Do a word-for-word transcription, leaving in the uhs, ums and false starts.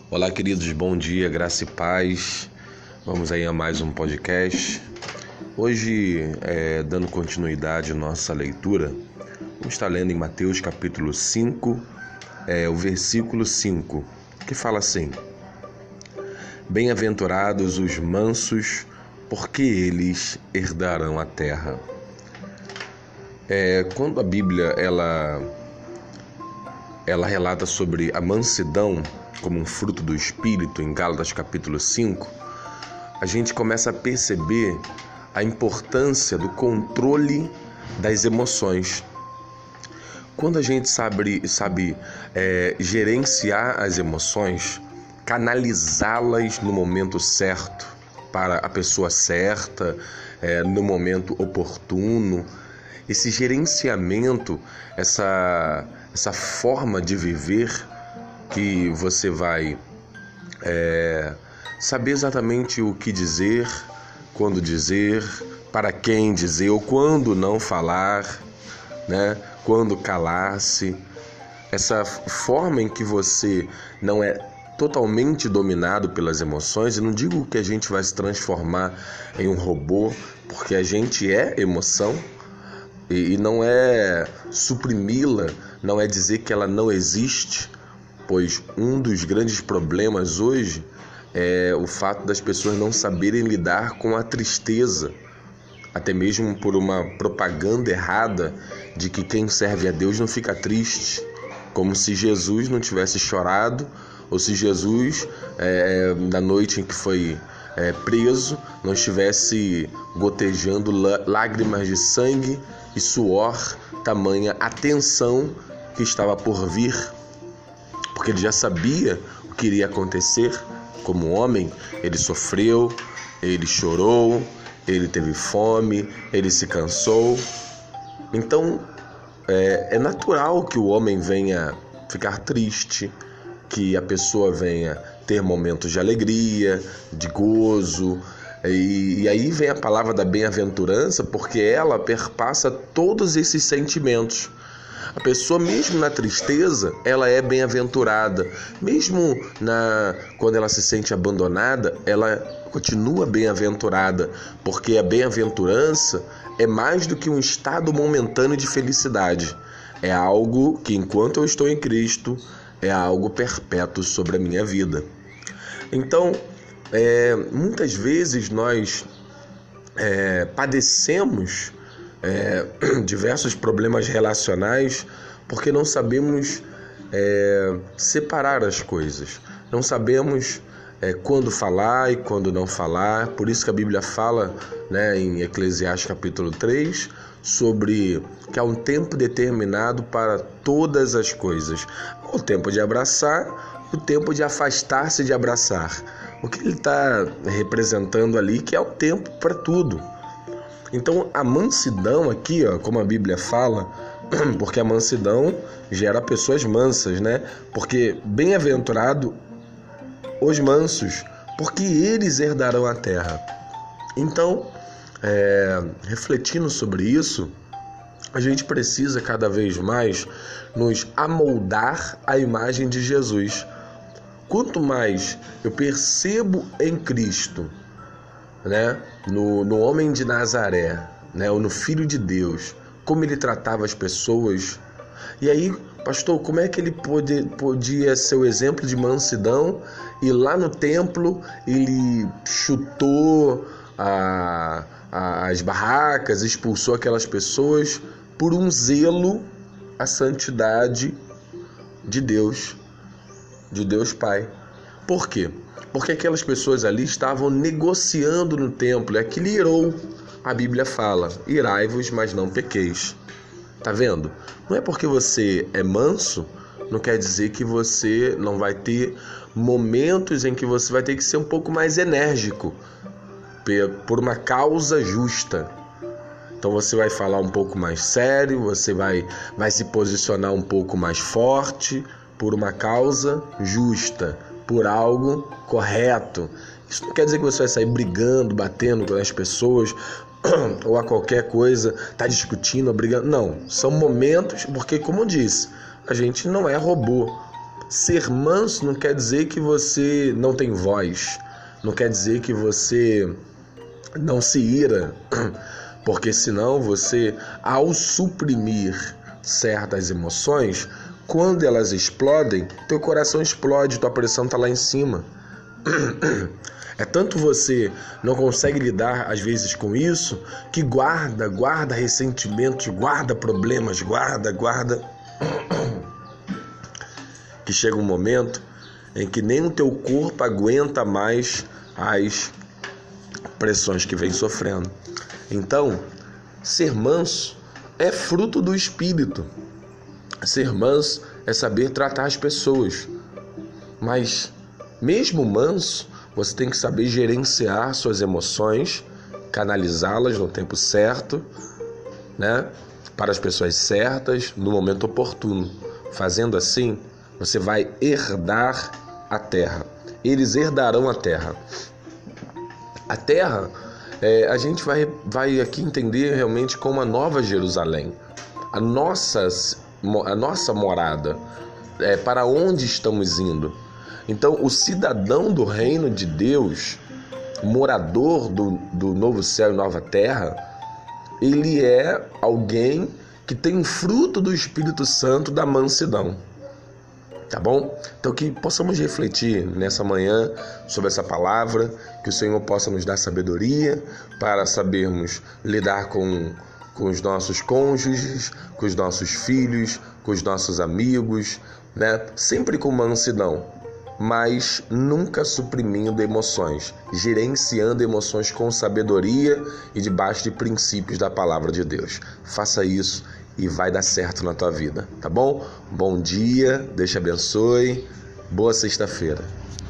Olá, queridos, bom dia, graça e paz. Vamos aí a mais um podcast. Hoje, é, dando continuidade à nossa leitura, vamos estar lendo em Mateus capítulo cinco, é, o versículo cinco, que fala assim: Bem-aventurados os mansos, porque eles herdarão a terra. É, quando a Bíblia ela, ela relata sobre a mansidão como um fruto do Espírito, em Gálatas capítulo cinco, a gente começa a perceber a importância do controle das emoções. Quando a gente sabe, sabe é, gerenciar as emoções, canalizá-las no momento certo, para a pessoa certa, é, no momento oportuno, esse gerenciamento, essa, essa forma de viver que você vai é, saber exatamente o que dizer, quando dizer, para quem dizer ou quando não falar, né? Quando calar-se. Essa forma em que você não é totalmente dominado pelas emoções. Eu não digo que a gente vai se transformar em um robô, porque a gente é emoção. E não é suprimi-la, não é dizer que ela não existe, pois um dos grandes problemas hoje é o fato das pessoas não saberem lidar com a tristeza, até mesmo por uma propaganda errada de que quem serve a Deus não fica triste, como se Jesus não tivesse chorado, ou se Jesus, é, na noite em que foi é, preso, não estivesse gotejando lágrimas de sangue e suor, tamanha a tensão que estava por vir, porque ele já sabia o que iria acontecer. Como homem, ele sofreu, ele chorou, ele teve fome, ele se cansou. Então, é, é natural que o homem venha ficar triste, que a pessoa venha ter momentos de alegria, de gozo. E, e aí vem a palavra da bem-aventurança, porque ela perpassa todos esses sentimentos. A pessoa, mesmo na tristeza, ela é bem-aventurada. Mesmo na, quando ela se sente abandonada, ela continua bem-aventurada, porque a bem-aventurança é mais do que um estado momentâneo de felicidade. É algo que, enquanto eu estou em Cristo, é algo perpétuo sobre a minha vida. Então, é, muitas vezes nós é, padecemos é, diversos problemas relacionais porque não sabemos é, separar as coisas, não sabemos é, quando falar e quando não falar. Por isso que a Bíblia fala, né, em Eclesiastes capítulo três, sobre que há um tempo determinado para todas as coisas. O tempo de abraçar, o tempo de afastar-se de abraçar. O que ele está representando ali, que é o tempo para tudo. Então a mansidão aqui, ó, como a Bíblia fala, porque a mansidão gera pessoas mansas, né? Porque bem-aventurado os mansos, porque eles herdarão a terra. Então, é, refletindo sobre isso, a gente precisa cada vez mais nos amoldar à imagem de Jesus. Quanto mais eu percebo em Cristo, né, no, no homem de Nazaré, né, ou no Filho de Deus, como ele tratava as pessoas, e aí, pastor, como é que ele pode, podia ser o exemplo de mansidão e lá no templo ele chutou a, a, as barracas, expulsou aquelas pessoas por um zelo à santidade de Deus, de Deus Pai. Por quê? Porque aquelas pessoas ali estavam negociando no templo, é que lhe irou. A Bíblia fala: irai-vos, mas não pequeis. Tá vendo? Não é porque você é manso, não quer dizer que você não vai ter momentos em que você vai ter que ser um pouco mais enérgico por uma causa justa. Então você vai falar um pouco mais sério, você vai, vai se posicionar um pouco mais forte por uma causa justa, por algo correto. Isso não quer dizer que você vai sair brigando, batendo com as pessoas ou a qualquer coisa, tá discutindo, brigando. Não, são momentos, porque como eu disse, a gente não é robô. ser manso não quer dizer que você não tem voz, não quer dizer que você não se ira, porque senão você, ao suprimir certas emoções, quando elas explodem, teu coração explode, tua pressão está lá em cima. É tanto você não consegue lidar às vezes com isso, que guarda, guarda ressentimentos, guarda problemas, guarda, guarda, que chega um momento em que nem o teu corpo aguenta mais as pressões que vem sofrendo. Então, ser manso é fruto do Espírito. Ser manso é saber tratar as pessoas. Mas, mesmo manso, você tem que saber gerenciar suas emoções, canalizá-las no tempo certo, né? Para as pessoas certas, no momento oportuno. Fazendo assim, você vai herdar a terra. Eles herdarão a terra. A terra, é, a gente vai, vai aqui entender realmente como a Nova Jerusalém. A nossa, a nossa morada, é, para onde estamos indo. Então, o cidadão do reino de Deus, morador do, do novo céu e nova terra, ele é alguém que tem fruto do Espírito Santo da mansidão. Tá bom? Então, que possamos refletir nessa manhã sobre essa palavra, que o Senhor possa nos dar sabedoria para sabermos lidar com, com os nossos cônjuges, com os nossos filhos, com os nossos amigos, né? Sempre com mansidão, mas nunca suprimindo emoções, gerenciando emoções com sabedoria e debaixo de princípios da palavra de Deus. Faça isso e vai dar certo na tua vida, tá bom? Bom dia, Deus te abençoe, boa sexta-feira.